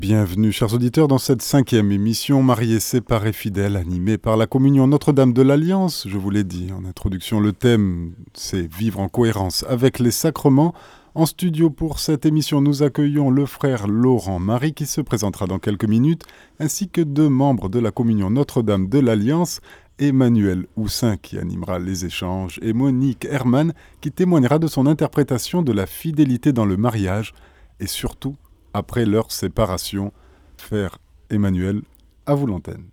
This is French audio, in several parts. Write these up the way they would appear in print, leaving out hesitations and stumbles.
Bienvenue, chers auditeurs, dans cette 5e émission Mariés, séparés, fidèles, animée par la communion Notre-Dame de l'Alliance. Je vous l'ai dit en introduction, le thème, c'est vivre en cohérence avec les sacrements. En studio pour cette émission, nous accueillons le frère Laurent Marie qui se présentera dans quelques minutes, ainsi que 2 membres de la communion Notre-Dame de l'Alliance, Emmanuel Houssin qui animera les échanges et Monique Herman qui témoignera de son interprétation de la fidélité dans le mariage et surtout après leur séparation. Frère Emmanuel, à vous l'antenne.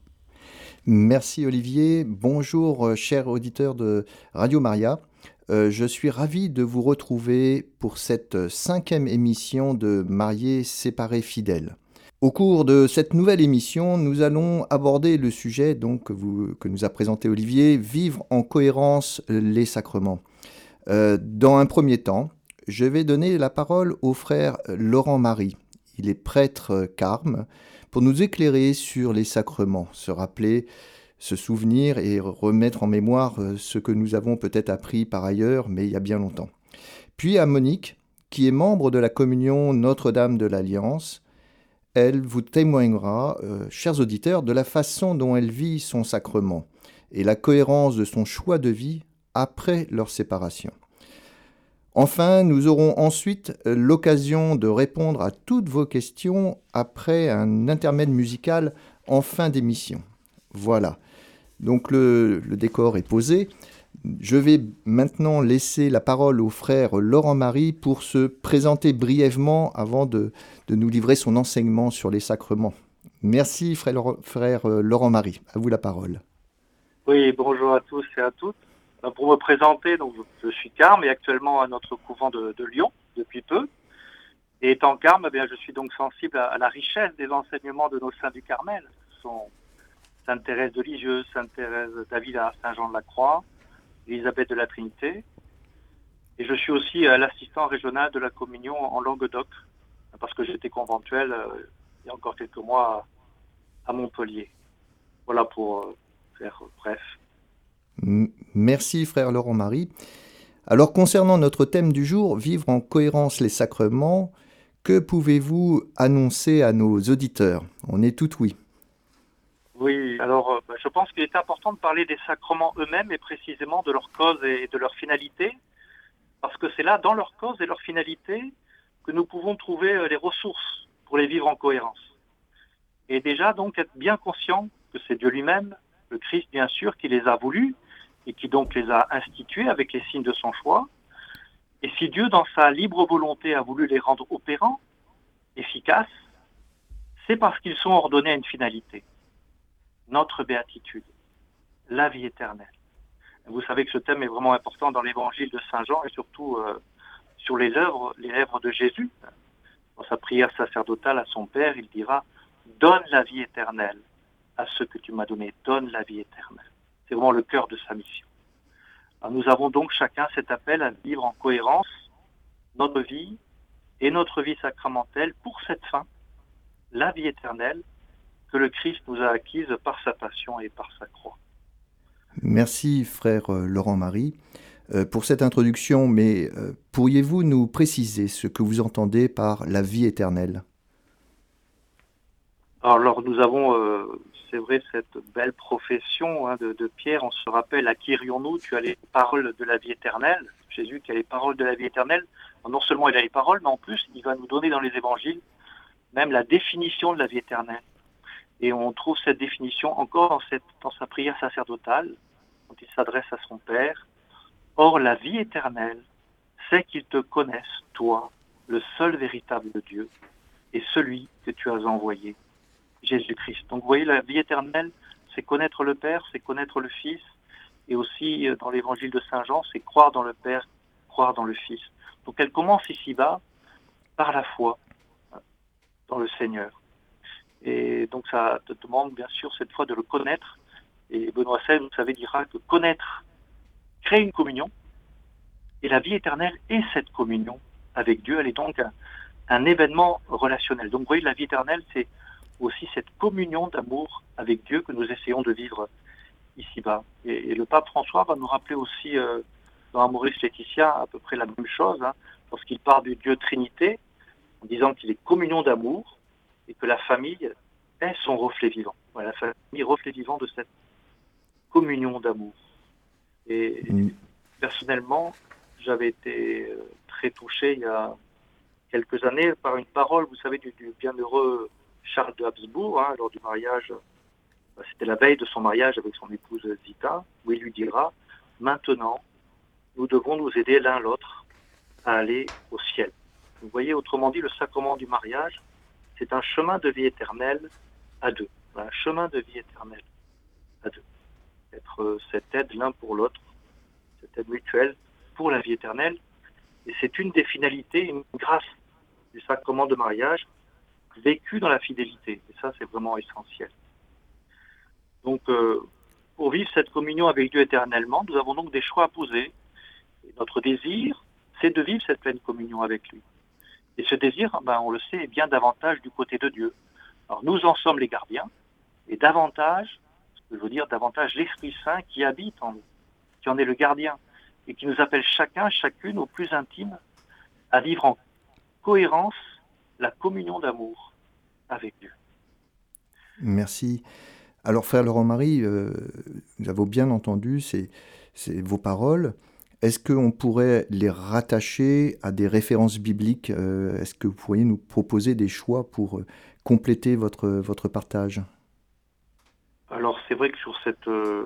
Merci Olivier. Bonjour chers auditeurs de Radio Maria. Je suis ravi de vous retrouver pour cette 5e émission de Mariés, séparés, fidèles. Au cours de cette nouvelle émission, nous allons aborder le sujet que nous a présenté Olivier, vivre en cohérence les sacrements. Dans un premier temps, je vais donner la parole au frère Laurent Marie. Il est prêtre carme pour nous éclairer sur les sacrements, se rappeler, se souvenir et remettre en mémoire ce que nous avons peut-être appris par ailleurs, mais il y a bien longtemps. Puis à Monique, qui est membre de la communion Notre-Dame de l'Alliance. Elle vous témoignera, chers auditeurs, de la façon dont elle vit son sacrement et la cohérence de son choix de vie après leur séparation. Enfin, nous aurons ensuite l'occasion de répondre à toutes vos questions après un intermède musical en fin d'émission. Voilà, donc le décor est posé. Je vais maintenant laisser la parole au frère Laurent Marie pour se présenter brièvement avant de nous livrer son enseignement sur les sacrements. Merci frère Laurent Marie, à vous la parole. Oui, bonjour à tous et à toutes. Pour me présenter, donc, je suis carme et actuellement à notre couvent de Lyon depuis peu. Et étant carme, eh bien, je suis donc sensible à la richesse des enseignements de nos saints du Carmel. Ce sont Sainte Thérèse de Lisieux, Sainte Thérèse d'Avila, Saint Jean de la Croix, Élisabeth de la Trinité. Et je suis aussi l'assistant régional de la communion en Languedoc, parce que j'étais conventuel il y a encore quelques mois à Montpellier. Voilà pour faire bref. Merci frère Laurent Marie. Alors concernant notre thème du jour, vivre en cohérence les sacrements, que pouvez-vous annoncer à nos auditeurs? On est tout oui. Oui, alors je pense qu'il est important de parler des sacrements eux-mêmes et précisément de leur cause et de leur finalité, parce que c'est là, dans leur cause et leur finalité, que nous pouvons trouver les ressources pour les vivre en cohérence. Et déjà donc être bien conscient que c'est Dieu lui-même, le Christ bien sûr, qui les a voulus et qui donc les a institués avec les signes de son choix. Et si Dieu, dans sa libre volonté, a voulu les rendre opérants, efficaces, c'est parce qu'ils sont ordonnés à une finalité. Notre béatitude, la vie éternelle. Vous savez que ce thème est vraiment important dans l'évangile de Saint Jean et surtout sur les lèvres de Jésus. Dans sa prière sacerdotale à son Père, il dira « Donne la vie éternelle à ceux que tu m'as donnés, donne la vie éternelle ». C'est vraiment le cœur de sa mission. Alors nous avons donc chacun cet appel à vivre en cohérence notre vie et notre vie sacramentelle pour cette fin, la vie éternelle, que le Christ nous a acquise par sa passion et par sa croix. Merci frère Laurent Marie pour cette introduction, mais pourriez-vous nous préciser ce que vous entendez par la vie éternelle? Alors nous avons, c'est vrai, cette belle profession de Pierre. On se rappelle, à qui irions-nous? Tu as les paroles de la vie éternelle. Jésus qui a les paroles de la vie éternelle. Alors, non seulement il a les paroles, mais en plus il va nous donner dans les évangiles même la définition de la vie éternelle. Et on trouve cette définition encore dans sa prière sacerdotale, quand il s'adresse à son Père. Or, la vie éternelle, c'est qu'ils te connaissent, toi, le seul véritable Dieu, et celui que tu as envoyé, Jésus-Christ. Donc, vous voyez, la vie éternelle, c'est connaître le Père, c'est connaître le Fils, et aussi, dans l'évangile de Saint Jean, c'est croire dans le Père, croire dans le Fils. Donc, elle commence ici-bas par la foi dans le Seigneur. Et donc ça te demande bien sûr cette fois de le connaître. Et Benoît XVI, vous savez, dira que connaître crée une communion. Et la vie éternelle est cette communion avec Dieu. Elle est donc un événement relationnel. Donc vous voyez, la vie éternelle, c'est aussi cette communion d'amour avec Dieu que nous essayons de vivre ici-bas. Et le pape François va nous rappeler aussi dans Amoris Laetitia à peu près la même chose, lorsqu'il parle du Dieu Trinité, en disant qu'il est communion d'amour. et que la famille est son reflet vivant. Voilà, la famille, reflet vivant de cette communion d'amour. Et Mm. personnellement, j'avais été très touché il y a quelques années par une parole, vous savez, du bienheureux Charles de Habsbourg, hein, lors du mariage. C'était la veille de son mariage avec son épouse Zita, où il lui dira « Maintenant, nous devons nous aider l'un l'autre à aller au ciel. » Vous voyez, autrement dit, le sacrement du mariage, c'est un chemin de vie éternelle à deux. Un chemin de vie éternelle à deux. Être cette aide l'un pour l'autre, cette aide mutuelle pour la vie éternelle. Et c'est une des finalités, une grâce du sacrement de mariage vécu dans la fidélité. Et ça, c'est vraiment essentiel. Donc, pour vivre cette communion avec Dieu éternellement, nous avons donc des choix à poser. Et notre désir, c'est de vivre cette pleine communion avec lui. Et ce désir, on le sait, est bien davantage du côté de Dieu. Alors, nous en sommes les gardiens, et davantage, ce que je veux dire, davantage l'Esprit Saint qui habite en nous, qui en est le gardien, et qui nous appelle chacun, chacune, au plus intime, à vivre en cohérence la communion d'amour avec Dieu. Merci. Alors, frère Laurent-Marie, nous avons bien entendu vos paroles. Est-ce qu'on pourrait les rattacher à des références bibliques? Est-ce que vous pourriez nous proposer des choix pour compléter votre partage? Alors, c'est vrai que sur cette...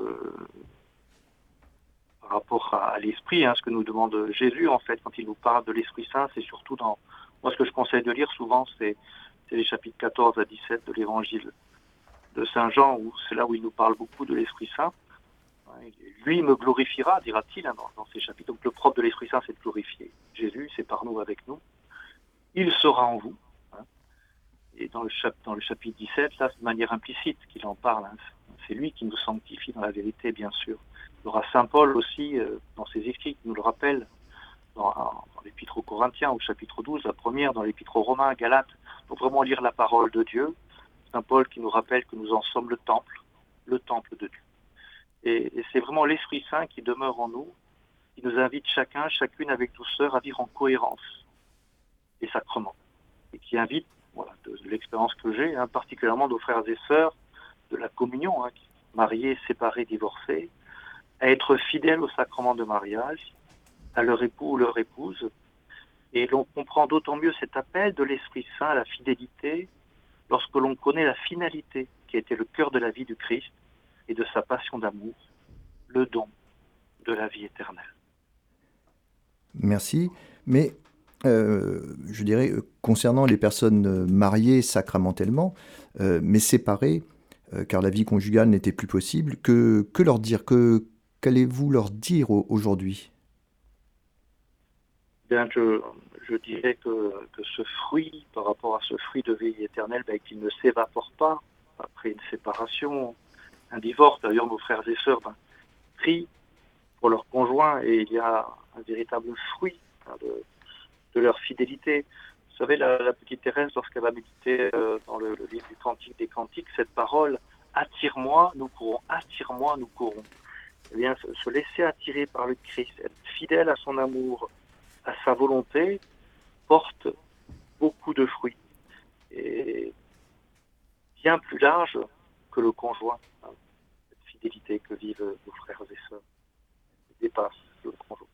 par rapport à l'Esprit, ce que nous demande Jésus, en fait, quand il nous parle de l'Esprit Saint, c'est surtout dans... Moi, ce que je conseille de lire souvent, c'est les chapitres 14 à 17 de l'Évangile de Saint Jean, où c'est là où il nous parle beaucoup de l'Esprit Saint. Lui me glorifiera, dira-t-il, dans ces chapitres. Donc le propre de l'Esprit Saint, c'est de glorifier Jésus, c'est par nous, avec nous. Il sera en vous. Et dans le chapitre 17, là, c'est de manière implicite qu'il en parle. C'est lui qui nous sanctifie dans la vérité, bien sûr. Il y aura Saint Paul aussi, dans ses écrits, qui nous le rappelle, dans l'Épître aux Corinthiens, au chapitre 12, la première, dans l'Épître aux Romains, Galates. Donc vraiment lire la parole de Dieu. Saint Paul qui nous rappelle que nous en sommes le temple de Dieu. Et c'est vraiment l'Esprit Saint qui demeure en nous, qui nous invite chacun, chacune avec douceur à vivre en cohérence les sacrements. Et qui invite, voilà, de l'expérience que j'ai, particulièrement nos frères et sœurs de la communion, mariés, séparés, divorcés, à être fidèles au sacrement de mariage, à leur époux ou leur épouse. Et l'on comprend d'autant mieux cet appel de l'Esprit Saint à la fidélité lorsque l'on connaît la finalité qui a été le cœur de la vie du Christ et de sa passion d'amour, le don de la vie éternelle. Merci. Mais je dirais, concernant les personnes mariées sacramentellement, mais séparées, car la vie conjugale n'était plus possible, que leur dire? Qu'allez-vous leur dire aujourd'hui? Bien, je dirais que ce fruit, par rapport à ce fruit de vie éternelle, qu'il ne s'évapore pas après une séparation, un divorce. D'ailleurs, nos frères et sœurs prient pour leurs conjoints et il y a un véritable fruit de leur fidélité. Vous savez, la petite Thérèse, lorsqu'elle va méditer dans le livre du Cantique des Cantiques, cette parole « Attire-moi, nous courons, attire-moi, nous courons ». Eh bien, se laisser attirer par le Christ, être fidèle à son amour, à sa volonté, porte beaucoup de fruits. Et bien plus large que le conjoint. Cette fidélité que vivent nos frères et sœurs dépasse le conjoint.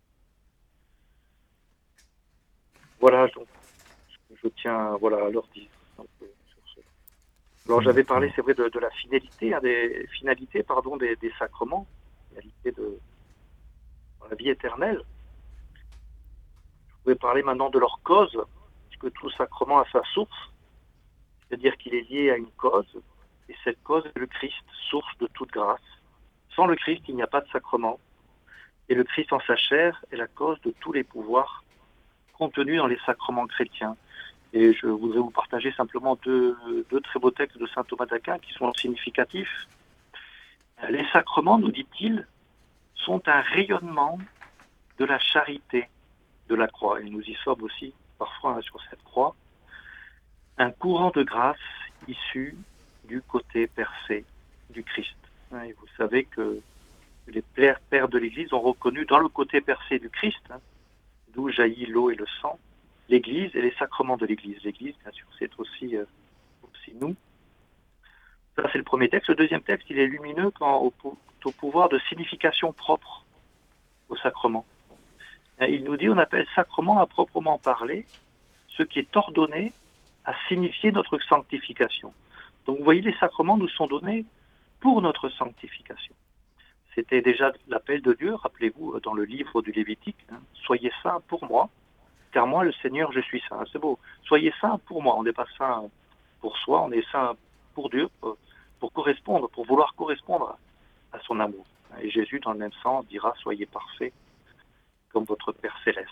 Voilà, donc, je tiens à leur dire un peu sur ce. Alors, j'avais parlé, c'est vrai, de la finalité, des finalités, des sacrements, finalité de la vie éternelle. Je vais parler maintenant de leur cause, puisque tout sacrement a sa source, c'est-à-dire qu'il est lié à une cause, et cette cause est le Christ, source de toute grâce. Sans le Christ, il n'y a pas de sacrement, et le Christ en sa chair est la cause de tous les pouvoirs contenus dans les sacrements chrétiens. Et je voudrais vous partager simplement deux très beaux textes de saint Thomas d'Aquin qui sont significatifs. Les sacrements, nous dit-il, sont un rayonnement de la charité de la croix. Et nous y sommes aussi parfois sur cette croix. Un courant de grâce issu du côté percé du Christ. Et vous savez que les pères de l'Église ont reconnu dans le côté percé du Christ, d'où jaillit l'eau et le sang, l'Église et les sacrements de l'Église. L'Église, bien sûr, c'est aussi aussi nous. Ça, c'est le premier texte. Le deuxième texte, il est lumineux quant au pouvoir de signification propre au sacrement. Il nous dit, on appelle sacrement à proprement parler ce qui est ordonné à signifier notre sanctification. Donc vous voyez, les sacrements nous sont donnés pour notre sanctification. C'était déjà l'appel de Dieu, rappelez-vous, dans le livre du Lévitique, soyez saints pour moi, car moi, le Seigneur, je suis saint. C'est beau. Soyez saints pour moi. On n'est pas saint pour soi, on est saint pour Dieu, pour correspondre, pour vouloir correspondre à son amour. Et Jésus, dans le même sens, dira, soyez parfaits comme votre Père céleste.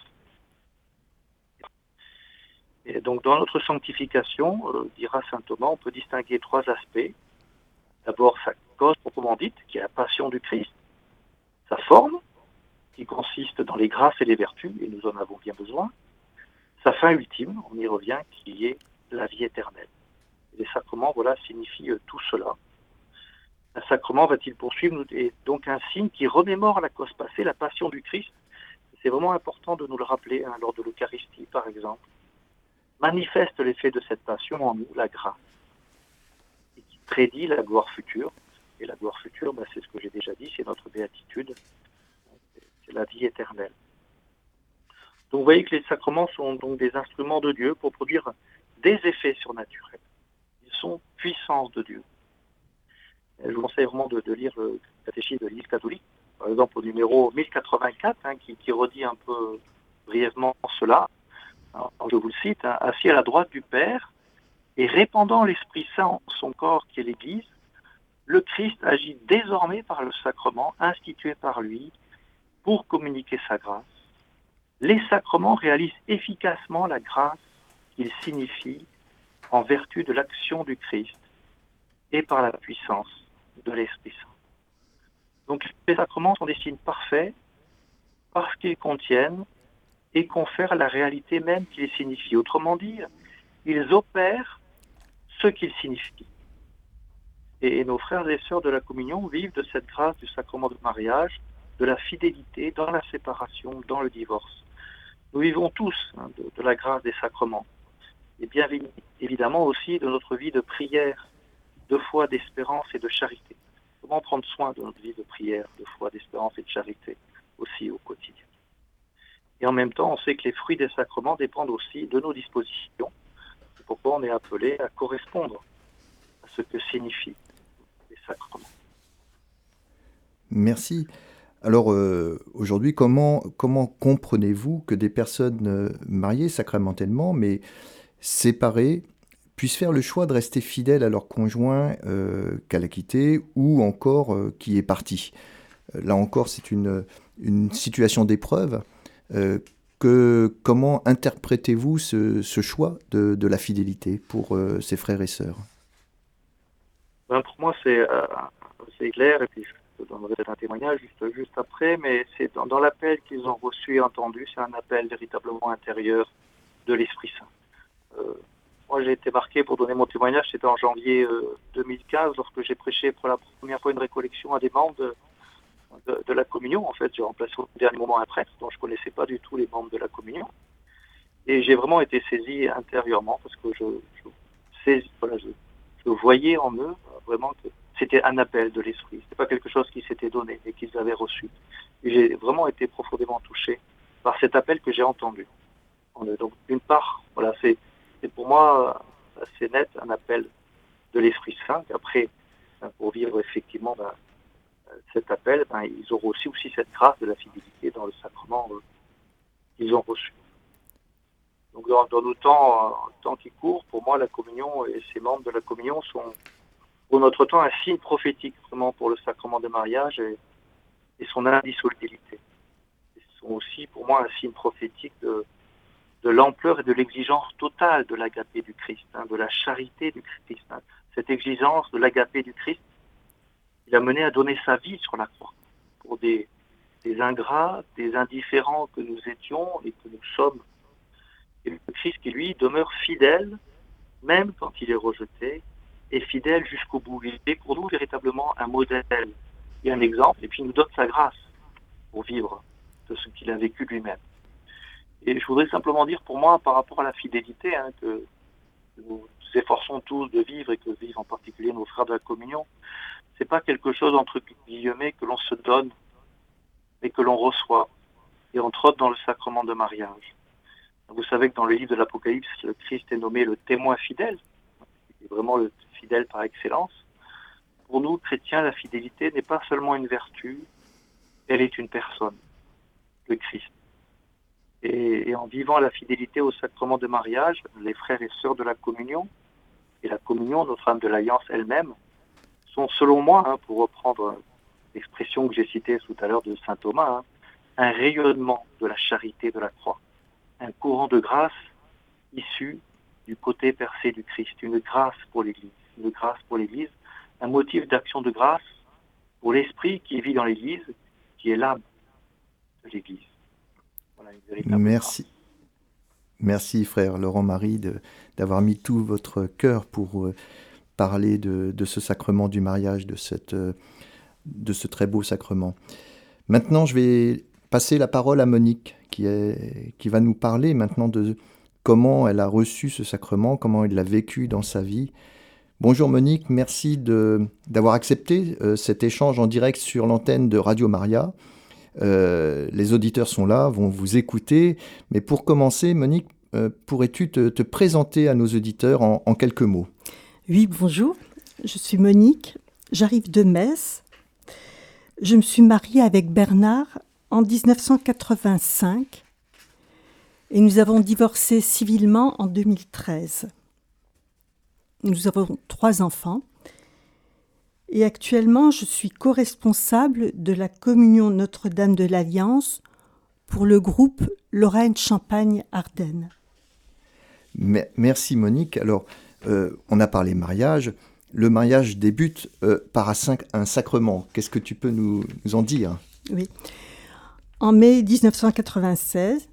Et donc, dans notre sanctification, dira saint Thomas, on peut distinguer trois aspects. D'abord, sa cause proprement dite, qui est la passion du Christ. Sa forme, qui consiste dans les grâces et les vertus, et nous en avons bien besoin. Sa fin ultime, on y revient, qui est la vie éternelle. Les sacrements, voilà, signifient tout cela. Un sacrement va-t-il poursuivre, est donc un signe qui remémore la cause passée, la passion du Christ. C'est vraiment important de nous le rappeler, lors de l'Eucharistie, par exemple. Manifeste l'effet de cette passion en nous, la grâce, et qui prédit la gloire future. Et la gloire future, c'est ce que j'ai déjà dit, c'est notre béatitude, c'est la vie éternelle. Donc vous voyez que les sacrements sont donc des instruments de Dieu pour produire des effets surnaturels. Ils sont puissance de Dieu. Et je vous conseille vraiment de lire le catéchisme de l'Église catholique, par exemple au numéro 1084, qui redit un peu brièvement cela. Alors, je vous le cite, assis à la droite du Père et répandant l'Esprit Saint en son corps qui est l'Église, le Christ agit désormais par le sacrement institué par lui pour communiquer sa grâce. Les sacrements réalisent efficacement la grâce qu'ils signifient en vertu de l'action du Christ et par la puissance de l'Esprit Saint. Donc les sacrements sont des signes parfaits parce qu'ils contiennent et confèrent la réalité même qu'ils signifient. Autrement dit, ils opèrent ce qu'ils signifient. Et nos frères et sœurs de la communion vivent de cette grâce du sacrement de mariage, de la fidélité dans la séparation, dans le divorce. Nous vivons tous de la grâce des sacrements. Et bien évidemment aussi de notre vie de prière, de foi, d'espérance et de charité. Comment prendre soin de notre vie de prière, de foi, d'espérance et de charité aussi au quotidien. Et en même temps, on sait que les fruits des sacrements dépendent aussi de nos dispositions. C'est pourquoi on est appelé à correspondre à ce que signifient les sacrements. Merci. Alors aujourd'hui, comment comprenez-vous que des personnes mariées sacramentellement, mais séparées, puissent faire le choix de rester fidèles à leur conjoint qu'elle a quitté ou encore qui est parti? Là encore, c'est une situation d'épreuve. Comment interprétez-vous ce choix de la fidélité pour ses frères et sœurs? Pour moi, c'est clair, et puis je donnerai un témoignage juste après, mais c'est dans l'appel qu'ils ont reçu et entendu, c'est un appel véritablement intérieur de l'Esprit Saint. Moi, j'ai été marqué pour donner mon témoignage, c'était en janvier 2015, lorsque j'ai prêché pour la première fois une récollection à des membres de la communion. En fait, j'ai remplacé au dernier moment un prêtre dont je ne connaissais pas du tout les membres de la communion. Et j'ai vraiment été saisi intérieurement parce que je voyais en eux vraiment que c'était un appel de l'esprit. Ce n'était pas quelque chose qui s'était donné et qu'ils avaient reçu. Et j'ai vraiment été profondément touché par cet appel que j'ai entendu. Donc, d'une part, voilà, c'est pour moi assez net un appel de l'Esprit Saint. Après, pour vivre effectivement cet appel, ils auront aussi cette grâce de la fidélité dans le sacrement qu'ils ont reçu. Donc dans nos temps qui courent, pour moi, la communion et ses membres de la communion sont pour notre temps un signe prophétique vraiment pour le sacrement de mariage et son indissolubilité. Ils sont aussi pour moi un signe prophétique de l'ampleur et de l'exigence totale de l'agapé du Christ, de la charité du Christ. Cette exigence de l'agapé du Christ, il a mené à donner sa vie sur la croix pour des ingrats, des indifférents que nous étions et que nous sommes. Et le Christ qui, lui, demeure fidèle, même quand il est rejeté, et fidèle jusqu'au bout. Il est pour nous véritablement un modèle et un exemple, et puis il nous donne sa grâce pour vivre de ce qu'il a vécu lui-même. Et je voudrais simplement dire pour moi, par rapport à la fidélité, que nous efforçons tous de vivre et que vivent en particulier nos frères de la communion, c'est pas quelque chose entre guillemets que l'on se donne, mais que l'on reçoit, et entre autres dans le sacrement de mariage. Vous savez que dans le livre de l'Apocalypse, le Christ est nommé le témoin fidèle, il est vraiment le fidèle par excellence. Pour nous, chrétiens, la fidélité n'est pas seulement une vertu, elle est une personne, le Christ. Et en vivant la fidélité au sacrement de mariage, les frères et sœurs de la communion, et la communion, Notre-Dame de l'Alliance elle-même, sont selon moi, pour reprendre l'expression que j'ai citée tout à l'heure de saint Thomas, un rayonnement de la charité de la croix, un courant de grâce issu du côté percé du Christ, une grâce pour l'Église, un motif d'action de grâce pour l'Esprit qui vit dans l'Église, qui est l'âme de l'Église. Voilà, une véritable Merci. Merci, frère Laurent-Marie, d'avoir mis tout votre cœur pour parler de ce sacrement du mariage, de ce très beau sacrement. Maintenant, je vais passer la parole à Monique, qui va nous parler maintenant de comment elle a reçu ce sacrement, comment elle l'a vécu dans sa vie. Bonjour Monique, merci d'avoir accepté cet échange en direct sur l'antenne de Radio Maria. Les auditeurs sont là, vont vous écouter. Mais pour commencer, Monique, pourrais-tu te présenter à nos auditeurs en quelques mots ? Oui, bonjour, je suis Monique, j'arrive de Metz. Je me suis mariée avec Bernard en 1985 et nous avons divorcé civilement en 2013. Nous avons 3 enfants et actuellement je suis co-responsable de la communion Notre-Dame de l'Alliance pour le groupe Lorraine-Champagne-Ardennes. Merci Monique. Alors, on a parlé mariage. Le mariage débute par un sacrement. Qu'est-ce que tu peux nous en dire ? Oui. En mai 1985,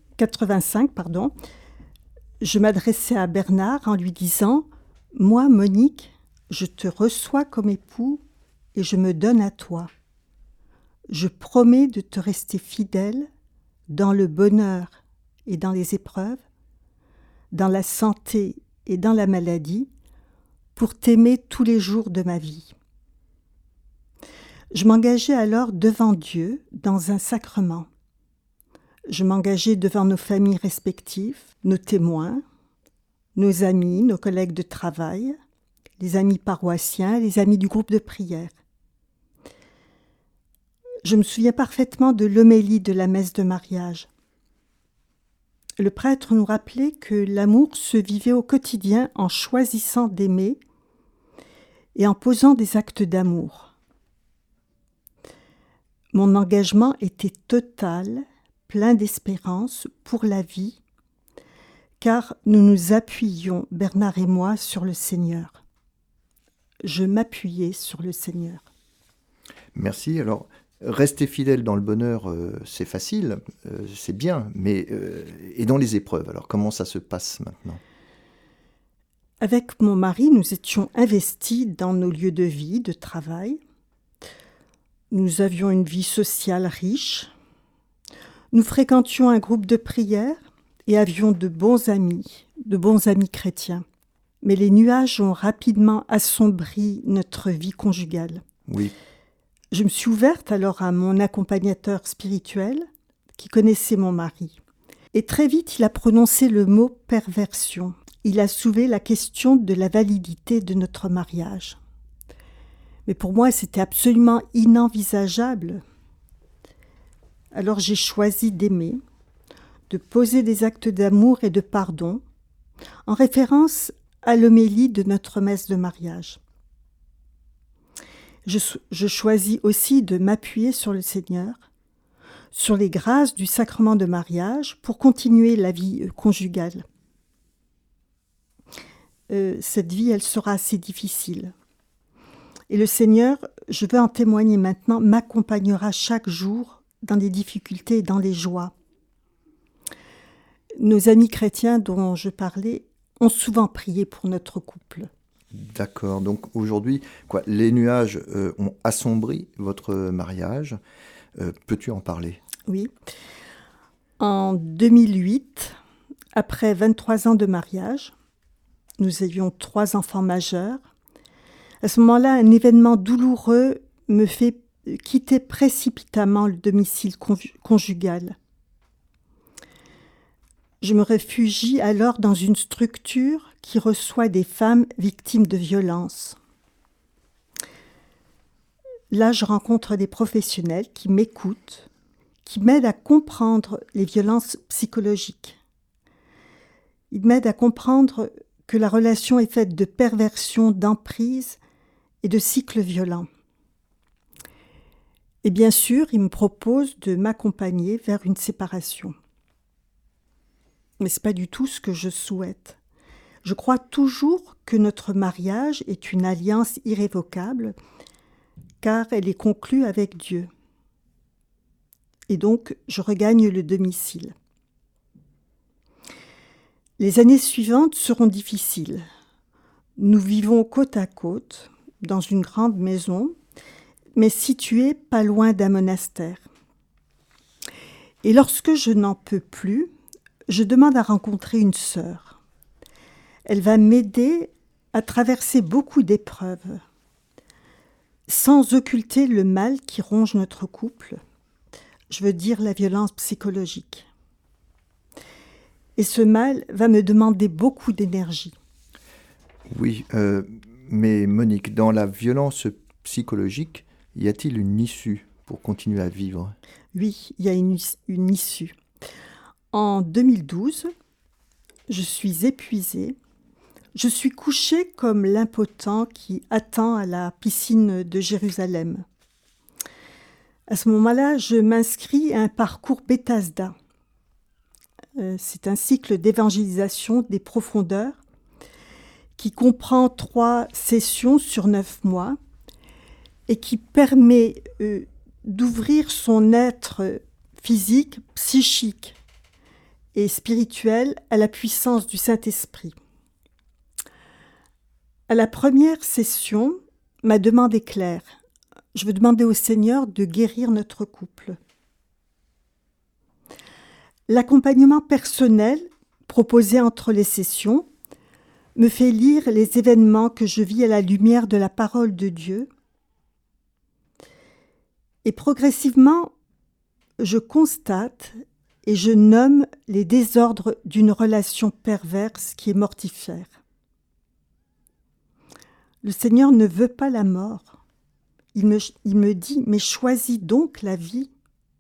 je m'adressais à Bernard en lui disant « Moi, Monique, je te reçois comme époux et je me donne à toi. Je promets de te rester fidèle dans le bonheur et dans les épreuves, dans la santé et dans la maladie, pour t'aimer tous les jours de ma vie. » Je m'engageais alors devant Dieu dans un sacrement. Je m'engageais devant nos familles respectives, nos témoins, nos amis, nos collègues de travail, les amis paroissiens, les amis du groupe de prière. Je me souviens parfaitement de l'homélie de la messe de mariage. Le prêtre nous rappelait que l'amour se vivait au quotidien en choisissant d'aimer et en posant des actes d'amour. Mon engagement était total, plein d'espérance pour la vie, car nous nous appuyions, Bernard et moi, sur le Seigneur. Je m'appuyais sur le Seigneur. Merci. Alors, rester fidèle dans le bonheur, c'est facile, c'est bien, mais et dans les épreuves, alors comment ça se passe maintenant ? Avec mon mari, nous étions investis dans nos lieux de vie, de travail. Nous avions une vie sociale riche. Nous fréquentions un groupe de prière et avions de bons amis chrétiens. Mais les nuages ont rapidement assombri notre vie conjugale. Oui. Je me suis ouverte alors à mon accompagnateur spirituel qui connaissait mon mari. Et très vite, il a prononcé le mot « perversion ». Il a soulevé la question de la validité de notre mariage. Mais pour moi, c'était absolument inenvisageable. Alors j'ai choisi d'aimer, de poser des actes d'amour et de pardon, en référence à l'homélie de notre messe de mariage. Je choisis aussi de m'appuyer sur le Seigneur, sur les grâces du sacrement de mariage pour continuer la vie conjugale. Cette vie, elle sera assez difficile. Et le Seigneur, je veux en témoigner maintenant, m'accompagnera chaque jour dans les difficultés et dans les joies. Nos amis chrétiens dont je parlais ont souvent prié pour notre couple. D'accord, donc aujourd'hui, les nuages ont assombri votre mariage. Peux-tu en parler ? Oui. En 2008, après 23 ans de mariage, Nous avions 3 enfants majeurs. À ce moment-là, un événement douloureux me fait quitter précipitamment le domicile conjugal. Je me réfugie alors dans une structure qui reçoit des femmes victimes de violences. Là, je rencontre des professionnels qui m'écoutent, qui m'aident à comprendre les violences psychologiques. Ils m'aident à comprendre que la relation est faite de perversion, d'emprise et de cycles violents. Et bien sûr, ils me proposent de m'accompagner vers une séparation. Mais ce n'est pas du tout ce que je souhaite. Je crois toujours que notre mariage est une alliance irrévocable, car elle est conclue avec Dieu. Et donc, je regagne le domicile. Les années suivantes seront difficiles. Nous vivons côte à côte, dans une grande maison, mais située pas loin d'un monastère. Et lorsque je n'en peux plus, je demande à rencontrer une sœur. Elle va m'aider à traverser beaucoup d'épreuves, sans occulter le mal qui ronge notre couple, je veux dire la violence psychologique. Et ce mal va me demander beaucoup d'énergie. Oui, mais Monique, dans la violence psychologique, y a-t-il une issue pour continuer à vivre ? Oui, il y a une issue. En 2012, je suis épuisée. Je suis couchée comme l'impotent qui attend à la piscine de Jérusalem. À ce moment-là, je m'inscris à un parcours Bethesda. C'est un cycle d'évangélisation des profondeurs qui comprend 3 sessions sur 9 mois et qui permet d'ouvrir son être physique, psychique et spirituel à la puissance du Saint-Esprit. À la première session, ma demande est claire. Je veux demander au Seigneur de guérir notre couple. L'accompagnement personnel proposé entre les sessions me fait lire les événements que je vis à la lumière de la parole de Dieu. Et progressivement, je constate et je nomme les désordres d'une relation perverse qui est mortifère. Le Seigneur ne veut pas la mort. Il me dit, mais choisis donc la vie.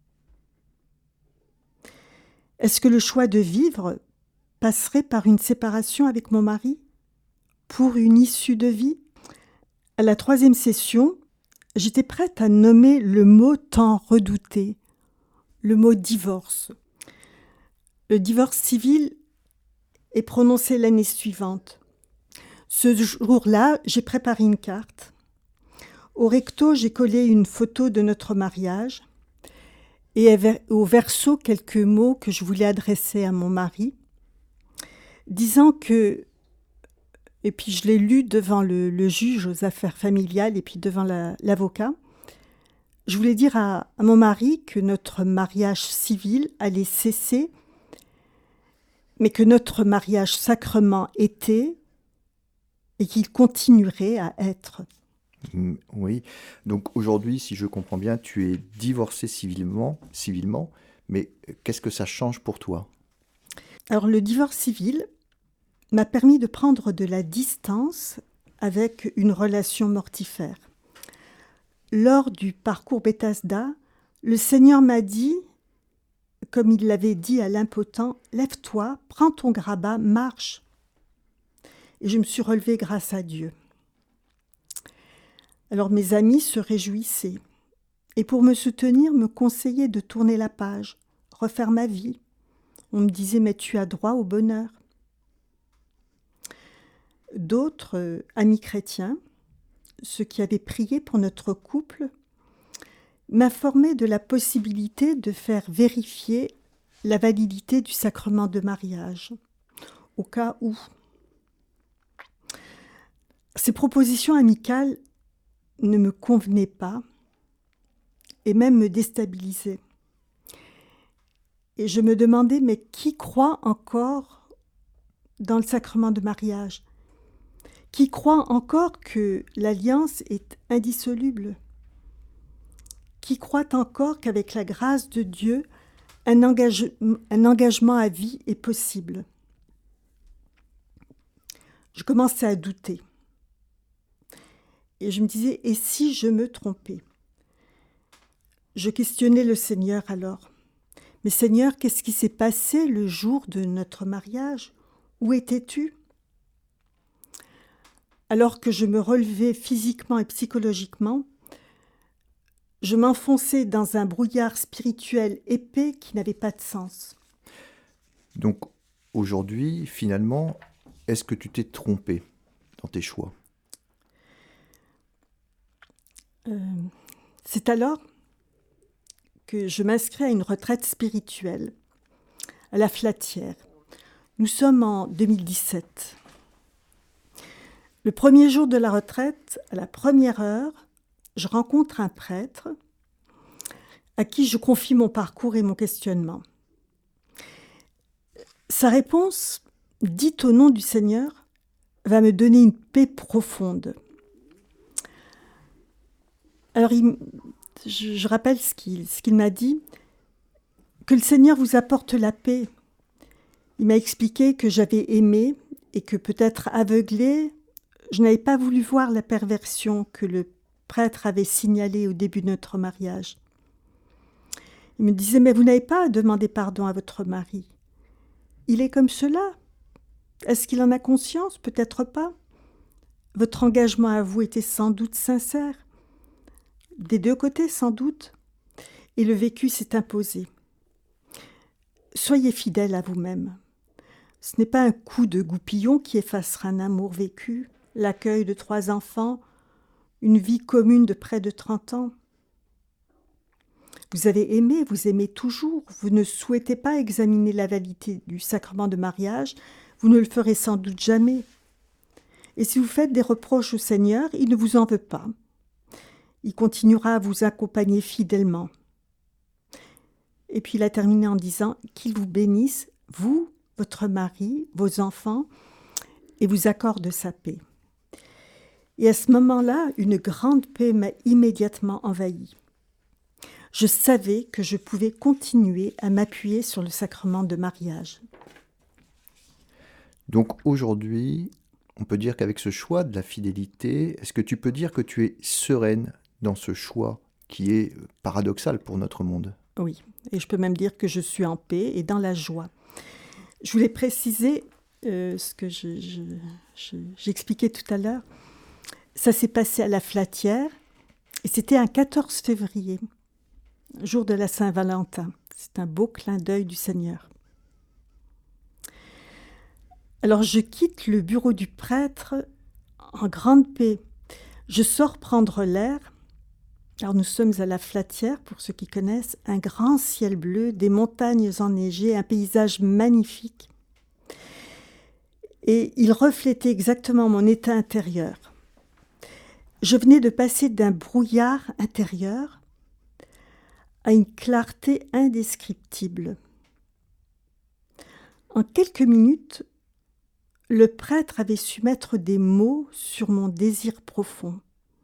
Est-ce que le choix de vivre passerait par une séparation avec mon mari pour une issue de vie ? À la 3e session, j'étais prête à nommer le mot tant redouté, le mot divorce. Le divorce civil est prononcé l'année suivante. Ce jour-là, j'ai préparé une carte. Au recto, j'ai collé une photo de notre mariage et au verso, quelques mots que je voulais adresser à mon mari, disant que, et puis je l'ai lu devant le juge aux affaires familiales et puis devant l'avocat, je voulais dire à mon mari que notre mariage civil allait cesser, mais que notre mariage sacrement était et qu'il continuerait à être. Oui, donc aujourd'hui, si je comprends bien, tu es divorcée civilement, mais qu'est-ce que ça change pour toi ? Alors le divorce civil m'a permis de prendre de la distance avec une relation mortifère. Lors du parcours Bethesda, le Seigneur m'a dit, comme il l'avait dit à l'impotent, « Lève-toi, prends ton grabat, marche !» Et je me suis relevée grâce à Dieu. Alors mes amis se réjouissaient et pour me soutenir, me conseillaient de tourner la page, refaire ma vie. On me disait « mais tu as droit au bonheur ». D'autres amis chrétiens, ceux qui avaient prié pour notre couple, m'informaient de la possibilité de faire vérifier la validité du sacrement de mariage, au cas où. Ces propositions amicales ne me convenaient pas et même me déstabilisaient. Et je me demandais, mais qui croit encore dans le sacrement de mariage ? qui croient encore que l'alliance est indissoluble, qui croient encore qu'avec la grâce de Dieu, un engagement à vie est possible. Je commençais à douter. Et je me disais, et si je me trompais? Je questionnais le Seigneur alors. Mais Seigneur, qu'est-ce qui s'est passé le jour de notre mariage? Où étais-tu? Alors que je me relevais physiquement et psychologiquement, je m'enfonçais dans un brouillard spirituel épais qui n'avait pas de sens. Donc aujourd'hui, finalement, est-ce que tu t'es trompé dans tes choix? C'est alors que je m'inscris à une retraite spirituelle à la Flatière. Nous sommes en 2017. Le premier jour de la retraite, à la première heure, je rencontre un prêtre à qui je confie mon parcours et mon questionnement. Sa réponse, dite au nom du Seigneur, va me donner une paix profonde. Alors, je rappelle ce qu'il m'a dit, que le Seigneur vous apporte la paix. Il m'a expliqué que j'avais aimé et que peut-être aveuglée, je n'avais pas voulu voir la perversion que le prêtre avait signalée au début de notre mariage. Il me disait, mais vous n'avez pas à demander pardon à votre mari. Il est comme cela. Est-ce qu'il en a conscience? Peut-être pas. Votre engagement à vous était sans doute sincère. Des deux côtés, sans doute. Et le vécu s'est imposé. Soyez fidèles à vous-même. Ce n'est pas un coup de goupillon qui effacera un amour vécu, l'accueil de 3 enfants, une vie commune de près de 30 ans. Vous avez aimé, vous aimez toujours, vous ne souhaitez pas examiner la validité du sacrement de mariage, vous ne le ferez sans doute jamais. Et si vous faites des reproches au Seigneur, il ne vous en veut pas. Il continuera à vous accompagner fidèlement. Et puis il a terminé en disant qu'il vous bénisse, vous, votre mari, vos enfants, et vous accorde sa paix. Et à ce moment-là, une grande paix m'a immédiatement envahie. Je savais que je pouvais continuer à m'appuyer sur le sacrement de mariage. Donc aujourd'hui, on peut dire qu'avec ce choix de la fidélité, est-ce que tu peux dire que tu es sereine dans ce choix qui est paradoxal pour notre monde? Oui, et je peux même dire que je suis en paix et dans la joie. Je voulais préciser ce que j'expliquais tout à l'heure. Ça s'est passé à la Flatière et c'était un 14 février, jour de la Saint-Valentin. C'est un beau clin d'œil du Seigneur. Alors je quitte le bureau du prêtre en grande paix. Je sors prendre l'air. Alors nous sommes à la Flatière, pour ceux qui connaissent, un grand ciel bleu, des montagnes enneigées, un paysage magnifique. Et il reflétait exactement mon état intérieur. Je venais de passer d'un brouillard intérieur à une clarté indescriptible. En quelques minutes, le prêtre avait su mettre des mots sur mon désir profond.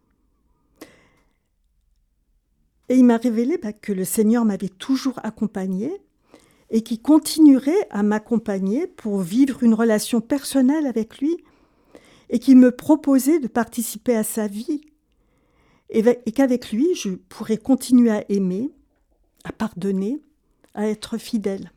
Et il m'a révélé que le Seigneur m'avait toujours accompagnée et qu'il continuerait à m'accompagner pour vivre une relation personnelle avec lui et qu'il me proposait de participer à sa vie et qu'avec lui, je pourrais continuer à aimer, à pardonner, à être fidèle.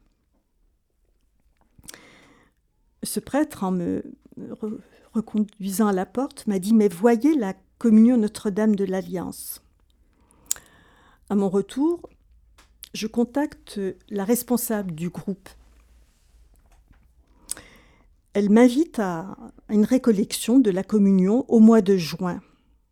Ce prêtre, en me reconduisant à la porte, m'a dit « Mais voyez la communion Notre-Dame de l'Alliance ». À mon retour, je contacte la responsable du groupe. Elle m'invite à une récollection de la communion au mois de juin.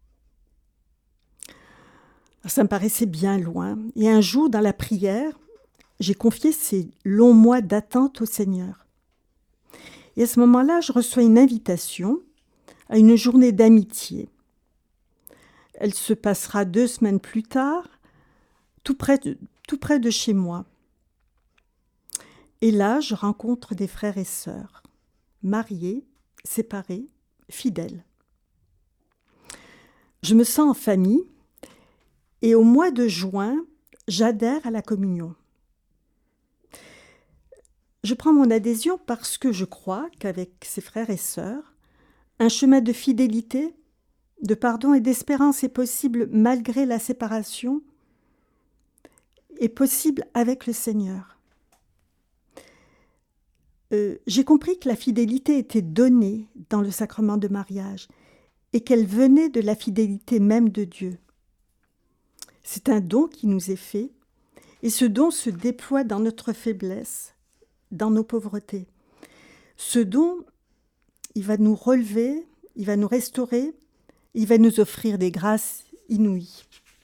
Ça me paraissait bien loin. Et un jour, dans la prière, j'ai confié ces longs mois d'attente au Seigneur. Et à ce moment-là, je reçois une invitation à une journée d'amitié. Elle se passera 2 semaines plus tard, tout près de chez moi. Et là, je rencontre des frères et sœurs, mariés, séparés, fidèles. Je me sens en famille et au mois de juin, j'adhère à la communion. Je prends mon adhésion parce que je crois qu'avec ses frères et sœurs, un chemin de fidélité, de pardon et d'espérance est possible malgré la séparation, est possible avec le Seigneur. J'ai compris que la fidélité était donnée dans le sacrement de mariage et qu'elle venait de la fidélité même de Dieu. C'est un don qui nous est fait et ce don se déploie dans notre faiblesse, dans nos pauvretés. Ce don, il va nous relever, il va nous restaurer, il va nous offrir des grâces inouïes.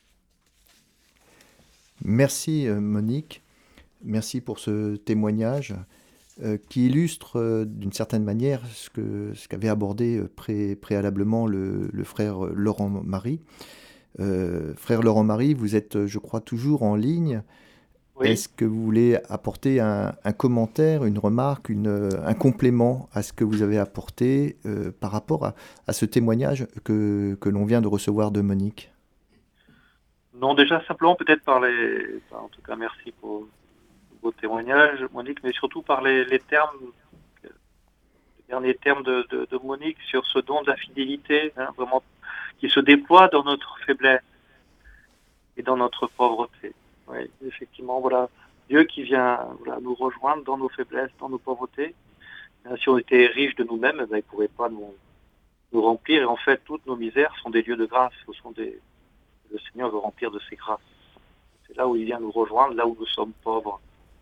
Merci Monique, merci pour ce témoignage qui illustre d'une certaine manière ce qu'avait abordé préalablement le frère Laurent Marie. Frère Laurent Marie, vous êtes, je crois, toujours en ligne. Oui. Est-ce que vous voulez apporter un commentaire, une remarque, un complément à ce que vous avez apporté par rapport à ce témoignage que l'on vient de recevoir de Monique? Non, déjà simplement peut-être en tout cas merci pour vos témoignages, Monique, mais surtout par les termes, les derniers termes de Monique sur ce don de la fidélité, vraiment, qui se déploie dans notre faiblesse et dans notre pauvreté. Oui, effectivement, voilà, Dieu qui vient nous rejoindre dans nos faiblesses, dans nos pauvretés. Si on était riche de nous-mêmes, il ne pourrait pas nous remplir. Et en fait, toutes nos misères sont des lieux de grâce. Le Seigneur veut remplir de ses grâces. C'est là où il vient nous rejoindre, là où nous sommes pauvres.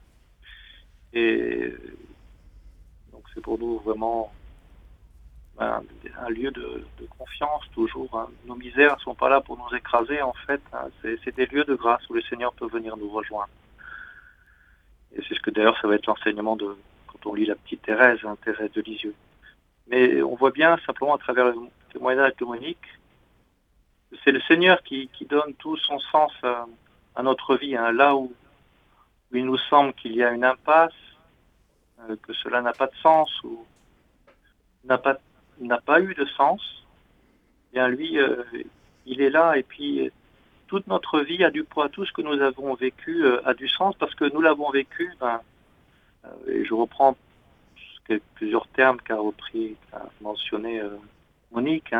Et donc c'est pour nous vraiment un lieu de confiance toujours. Nos misères ne sont pas là pour nous écraser en fait. C'est des lieux de grâce où le Seigneur peut venir nous rejoindre. Et c'est ce que d'ailleurs ça va être l'enseignement quand on lit la petite Thérèse, Thérèse de Lisieux. Mais on voit bien simplement à travers le témoignage de Monique, c'est le Seigneur qui donne tout son sens à notre vie. Là où il nous semble qu'il y a une impasse, que cela n'a pas de sens ou n'a pas eu de sens, bien lui, il est là et puis toute notre vie a du poids, tout ce que nous avons vécu a du sens parce que nous l'avons vécu, et je reprends plusieurs termes qu'a mentionné Monique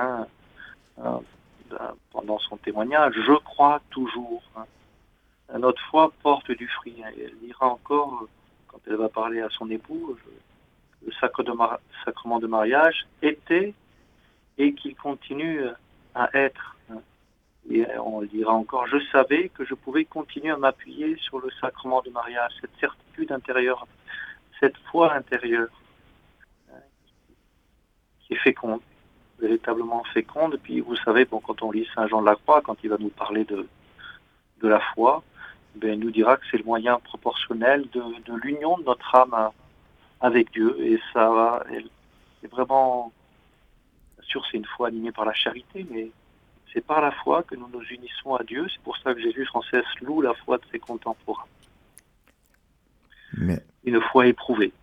pendant son témoignage, je crois toujours. Notre foi porte du fruit. Et elle dira encore, quand elle va parler à son époux, le sacrement de mariage était et qu'il continue à être. Et on dira encore, je savais que je pouvais continuer à m'appuyer sur le sacrement de mariage, cette certitude intérieure, cette foi intérieure qui est féconde, véritablement féconde. Et puis vous savez, quand on lit Saint Jean de la Croix, quand il va nous parler de la foi, il nous dira que c'est le moyen proportionnel de l'union de notre âme avec Dieu. Et ça c'est vraiment, bien sûr c'est une foi animée par la charité, mais c'est par la foi que nous nous unissons à Dieu. C'est pour ça que Jésus sans cesse loue la foi de ses contemporains. Mais... Une foi éprouvée.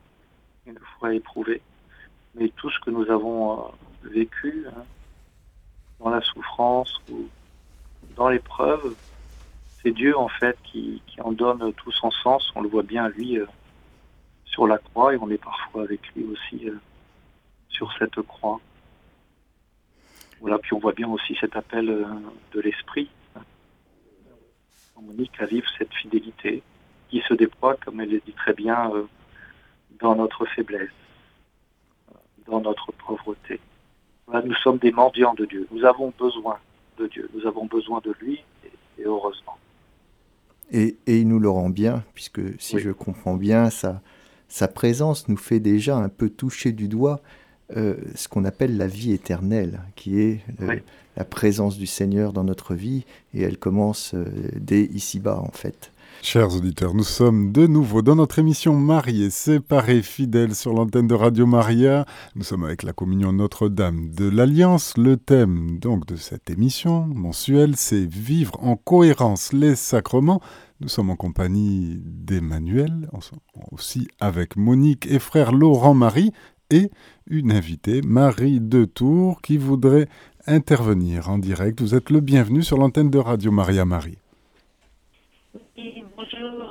Mais tout ce que nous avons vécu dans la souffrance ou dans l'épreuve, c'est Dieu en fait qui en donne tout son sens. On le voit bien lui sur la croix et on est parfois avec lui aussi sur cette croix. Voilà, puis on voit bien aussi cet appel de l'esprit, Monique, à vivre cette fidélité qui se déploie, comme elle le dit très bien, dans notre faiblesse, dans notre pauvreté. Voilà, nous sommes des mendiants de Dieu. Nous avons besoin de Dieu. Nous avons besoin de lui, et heureusement. Et il nous le rend bien, puisque si je comprends bien, sa présence nous fait déjà un peu toucher du doigt ce qu'on appelle la vie éternelle, qui est la présence du Seigneur dans notre vie, et elle commence dès ici-bas en fait. Chers auditeurs, nous sommes de nouveau dans notre émission Mariés, séparés, fidèles sur l'antenne de Radio Maria. Nous sommes avec la communion Notre-Dame de l'Alliance. Le thème donc de cette émission mensuelle, c'est vivre en cohérence les sacrements. Nous sommes en compagnie d'Emmanuel, aussi avec Monique et frère Laurent Marie, et une invitée, Marie de Tours, qui voudrait intervenir en direct. Vous êtes le bienvenu sur l'antenne de Radio Maria Marie. Oui, bonjour.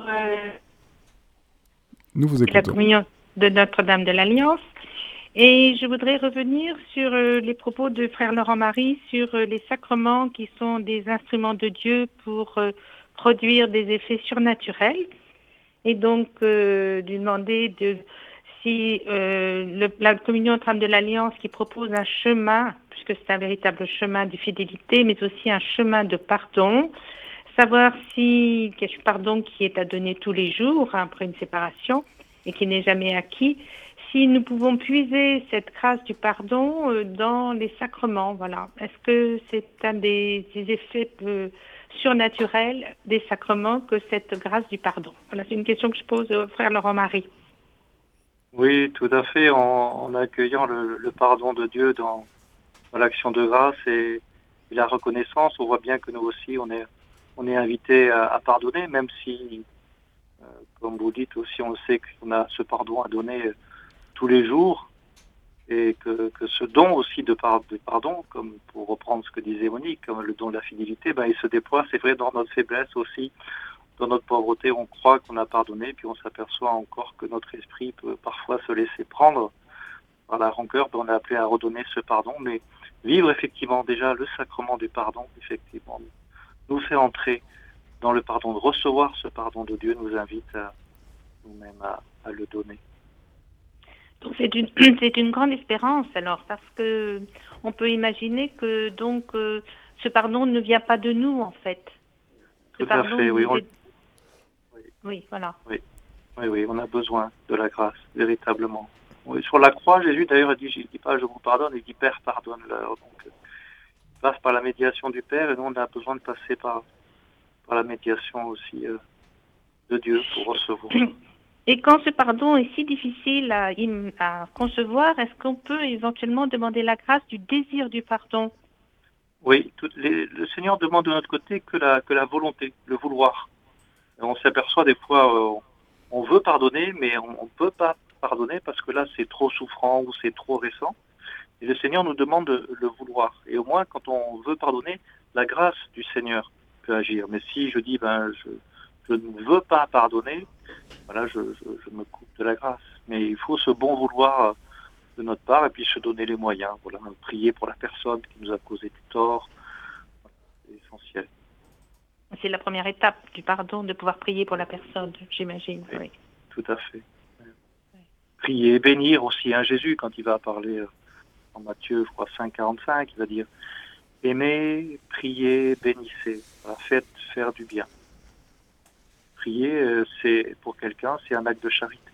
Nous vous C'est la écoutons. communion de Notre-Dame de l'Alliance. Et je voudrais revenir sur les propos de Frère Laurent-Marie sur les sacrements qui sont des instruments de Dieu pour produire des effets surnaturels. Et donc, lui demander si la communion Notre-Dame de l'Alliance qui propose un chemin, puisque c'est un véritable chemin de fidélité, mais aussi un chemin de pardon, savoir si quelque pardon qui est à donner tous les jours après une séparation et qui n'est jamais acquis, si nous pouvons puiser cette grâce du pardon dans les sacrements, voilà. Est-ce que c'est un des effets surnaturels des sacrements que cette grâce du pardon? Voilà, c'est une question que je pose au frère Laurent-Marie. Oui, tout à fait. En accueillant le pardon de Dieu dans l'action de grâce et la reconnaissance, on voit bien que nous aussi, on est invité à pardonner, même si, comme vous dites aussi, on sait qu'on a ce pardon à donner tous les jours, et que ce don aussi de pardon, comme pour reprendre ce que disait Monique, comme le don de la fidélité, il se déploie, c'est vrai, dans notre faiblesse aussi, dans notre pauvreté. On croit qu'on a pardonné, puis on s'aperçoit encore que notre esprit peut parfois se laisser prendre par la rancœur. On est appelé à redonner ce pardon, mais vivre effectivement déjà le sacrement du pardon, effectivement, nous fait entrer dans le pardon, de recevoir ce pardon de Dieu, nous invite à nous-mêmes à le donner. Donc c'est une grande espérance alors, parce que on peut imaginer que donc ce pardon ne vient pas de nous en fait. Ce Tout à fait, oui. Oui, voilà. Oui, on a besoin de la grâce, véritablement. Oui, sur la croix, Jésus d'ailleurs il dit pas je vous pardonne, il dit Père pardonne-leur. Donc il passe par la médiation du Père, et nous on a besoin de passer par la médiation aussi de Dieu pour recevoir. Et quand ce pardon est si difficile à concevoir, est-ce qu'on peut éventuellement demander la grâce du désir du pardon? Oui, le Seigneur demande de notre côté que la volonté, le vouloir. Et on s'aperçoit des fois, on veut pardonner, mais on ne peut pas pardonner parce que là c'est trop souffrant ou c'est trop récent. Et le Seigneur nous demande de le vouloir. Et au moins, quand on veut pardonner, la grâce du Seigneur peut agir. Mais si je dis, je ne veux pas pardonner, voilà, je me coupe de la grâce. Mais il faut ce bon vouloir de notre part et puis se donner les moyens. Voilà, prier pour la personne qui nous a causé du tort, c'est essentiel. C'est la première étape du pardon, de pouvoir prier pour la personne, j'imagine. Oui. Tout à fait. Oui. Prier, bénir aussi. Jésus, quand il va parler en Matthieu, je crois, 5,45, il va dire « Aimez, priez, bénissez. Voilà, faites faire du bien. » Prier, c'est pour quelqu'un, c'est un acte de charité.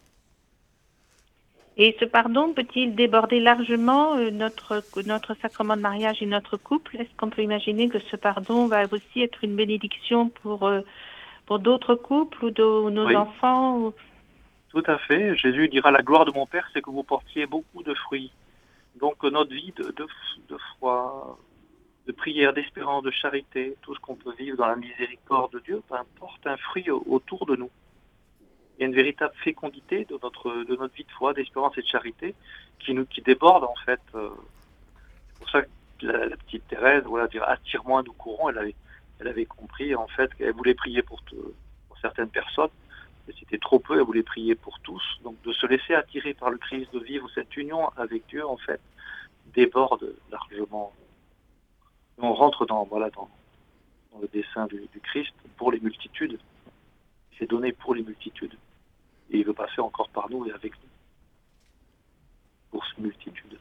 Et ce pardon peut-il déborder largement notre sacrement de mariage et notre couple? Est-ce qu'on peut imaginer que ce pardon va aussi être une bénédiction pour d'autres couples ou nos enfants Tout à fait. Jésus dira « La gloire de mon Père, c'est que vous portiez beaucoup de fruits. » Donc notre vie de foi, de prière, d'espérance, de charité, tout ce qu'on peut vivre dans la miséricorde de Dieu, porte un fruit autour de nous. Il y a une véritable fécondité de notre vie de foi, d'espérance et de charité qui déborde en fait. C'est pour ça que la petite Thérèse, voilà, dire attire-moi, nous courons. Elle avait compris en fait qu'elle voulait prier pour certaines personnes, mais c'était trop peu. Elle voulait prier pour tous. Donc de se laisser attirer par le Christ, de vivre cette union avec Dieu en fait, déborde largement. On rentre dans le dessein du Christ pour les multitudes. C'est donné pour les multitudes. Et il veut passer encore par nous et avec nous. Pour ces multitudes.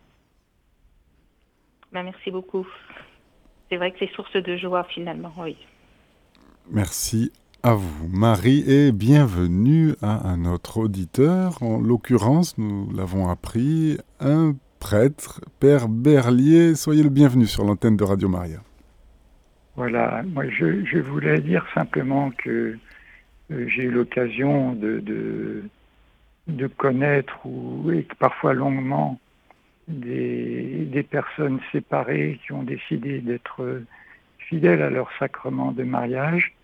Merci beaucoup. C'est vrai que c'est source de joie finalement, oui. Merci à vous, Marie, et bienvenue à un autre auditeur. En l'occurrence, nous l'avons appris, un prêtre, Père Berlier. Soyez le bienvenu sur l'antenne de Radio Maria. Voilà, moi je voulais dire simplement que j'ai eu l'occasion de connaître et parfois longuement des personnes séparées qui ont décidé d'être fidèles à leur sacrement de mariage.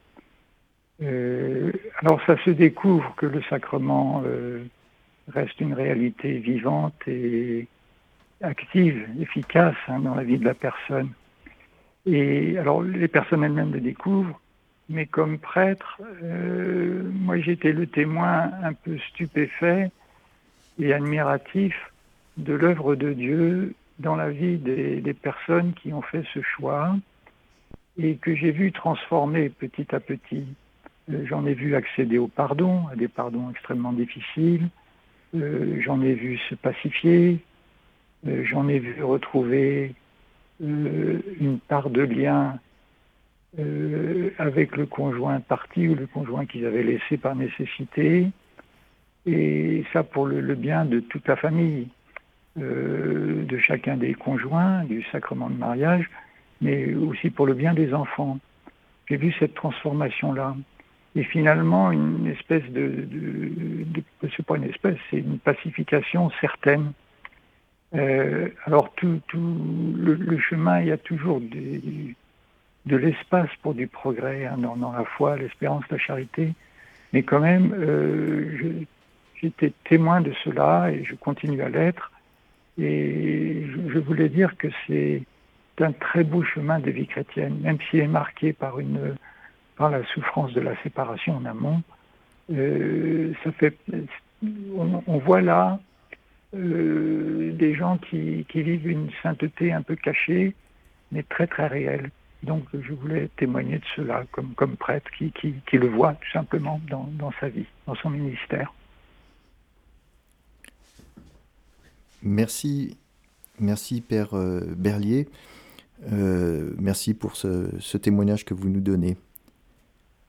Alors ça se découvre que le sacrement reste une réalité vivante et active, efficace dans la vie de la personne. Et alors, les personnes elles-mêmes le découvrent, mais comme prêtre, moi j'ai été le témoin un peu stupéfait et admiratif de l'œuvre de Dieu dans la vie des personnes qui ont fait ce choix et que j'ai vu transformer petit à petit. J'en ai vu accéder au pardon, à des pardons extrêmement difficiles. J'en ai vu se pacifier. J'en ai vu retrouver une part de lien avec le conjoint parti ou le conjoint qu'ils avaient laissé par nécessité. Et ça pour le bien de toute la famille, de chacun des conjoints, du sacrement de mariage, mais aussi pour le bien des enfants. J'ai vu cette transformation-là. Et finalement, une espèce c'est pas une espèce, c'est une pacification certaine. Alors tout le chemin, il y a toujours de l'espace pour du progrès dans la foi, l'espérance, la charité. Mais quand même, j'étais témoin de cela et je continue à l'être. Et je voulais dire que c'est un très beau chemin de vie chrétienne, même s'il est marqué par la souffrance de la séparation en amont. On voit là des gens qui vivent une sainteté un peu cachée, mais très très réelle. Donc je voulais témoigner de cela comme prêtre qui le voit tout simplement dans sa vie, dans son ministère. Merci Père Berlier. Merci pour ce témoignage que vous nous donnez. Olivier ?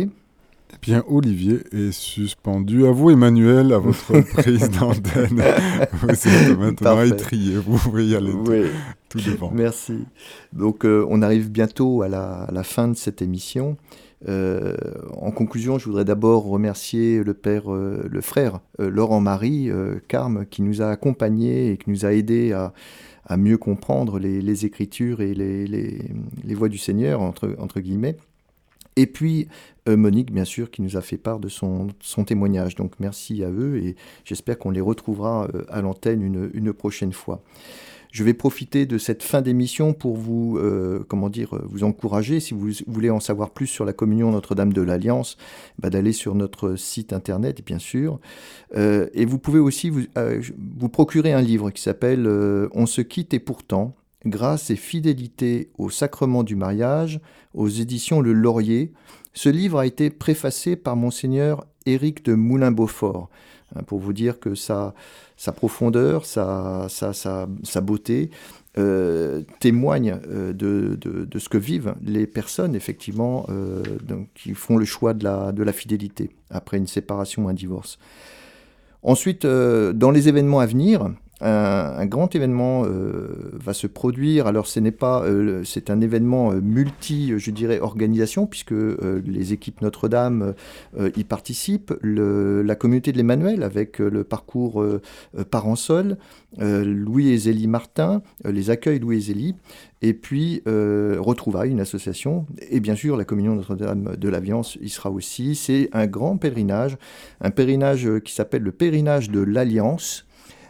Eh bien, Olivier est suspendu. À vous, Emmanuel, à votre prise d'antenne. Vous êtes maintenant étrié. Vous pouvez y aller tout devant. Merci. Donc, on arrive bientôt à la fin de cette émission. En conclusion, je voudrais d'abord remercier le frère Laurent-Marie Carme, qui nous a accompagnés et qui nous a aidés à mieux comprendre les Écritures et les voies du Seigneur, entre guillemets. Et puis Monique, bien sûr, qui nous a fait part de son témoignage. Donc merci à eux et j'espère qu'on les retrouvera à l'antenne une prochaine fois. Je vais profiter de cette fin d'émission pour vous encourager, si vous voulez en savoir plus sur la communion Notre-Dame de l'Alliance, d'aller sur notre site internet, bien sûr. Et vous pouvez aussi vous procurer un livre qui s'appelle « On se quitte et pourtant ». Grâce et fidélité au sacrement du mariage, aux éditions Le Laurier. Ce livre a été préfacé par Monseigneur Éric de Moulin-Beaufort, pour vous dire que sa profondeur, sa beauté témoigne de ce que vivent les personnes, effectivement, qui font le choix de la fidélité après une séparation ou un divorce. Ensuite, dans les événements à venir, un grand événement va se produire. Alors c'est un événement organisation, puisque les équipes Notre-Dame y participent, la communauté de l'Emmanuel avec le parcours Parensol, Louis et Zélie Martin, les accueils Louis et Zélie, et puis Retrouvailles, une association, et bien sûr la communion Notre-Dame de l'Alliance y sera aussi. C'est un grand pèlerinage, qui s'appelle le pèlerinage de l'Alliance,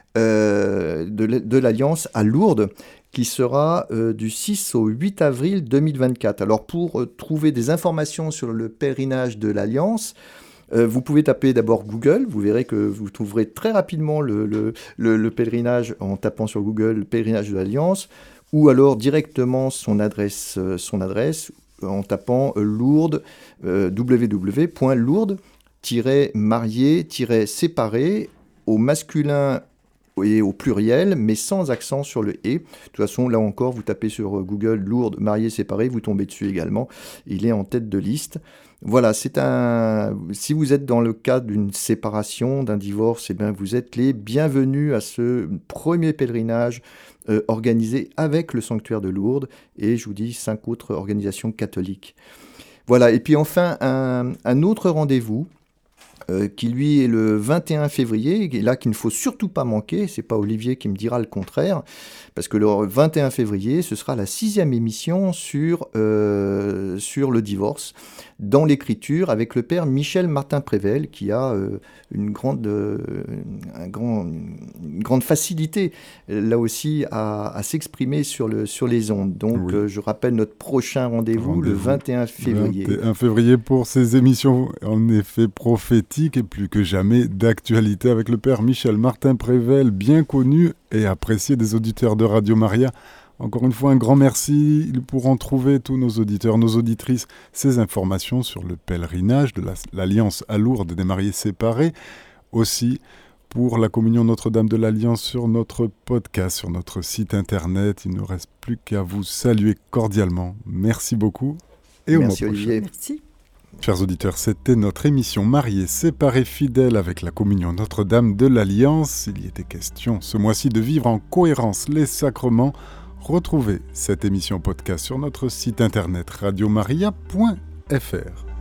de l'Alliance à Lourdes, qui sera du 6 au 8 avril 2024. Alors pour trouver des informations sur le pèlerinage de l'Alliance, vous pouvez taper d'abord Google, vous verrez que vous trouverez très rapidement le pèlerinage en tapant sur Google le pèlerinage de l'Alliance, ou alors directement son adresse en tapant Lourdes, www.lourdes-marié-séparé au masculin et au pluriel, mais sans accent sur le « et ». De toute façon, là encore, vous tapez sur Google « Lourdes, mariés, séparés », vous tombez dessus également. Il est en tête de liste. Voilà, si vous êtes dans le cas d'une séparation, d'un divorce, vous êtes les bienvenus à ce premier pèlerinage organisé avec le sanctuaire de Lourdes et, je vous dis, 5 autres organisations catholiques. Voilà, et puis enfin, un autre rendez-vous qui lui est le 21 février, et là qu'il ne faut surtout pas manquer, c'est pas Olivier qui me dira le contraire, parce que le 21 février, ce sera la 6e émission sur le divorce dans l'écriture avec le père Michel Martin-Prével, qui a une grande facilité là aussi à s'exprimer sur les ondes. Donc je rappelle notre prochain rendez-vous le 21 février. 21 février pour ces émissions en effet prophétiques et plus que jamais d'actualité avec le père Michel Martin-Prével, bien connu et apprécié des auditeurs de Radio Maria. Encore une fois, un grand merci. Ils pourront trouver, tous nos auditeurs, nos auditrices, ces informations sur le pèlerinage de l'Alliance à Lourdes des mariés séparés. Aussi, pour la communion Notre-Dame de l'Alliance sur notre podcast, sur notre site internet. Il ne reste plus qu'à vous saluer cordialement. Merci beaucoup et au mois prochain. Olivier. Merci. Chers auditeurs, c'était notre émission Mariés séparés fidèles avec la communion Notre-Dame de l'Alliance. Il y était question ce mois-ci de vivre en cohérence les sacrements. Retrouvez cette émission podcast sur notre site internet radiomaria.fr.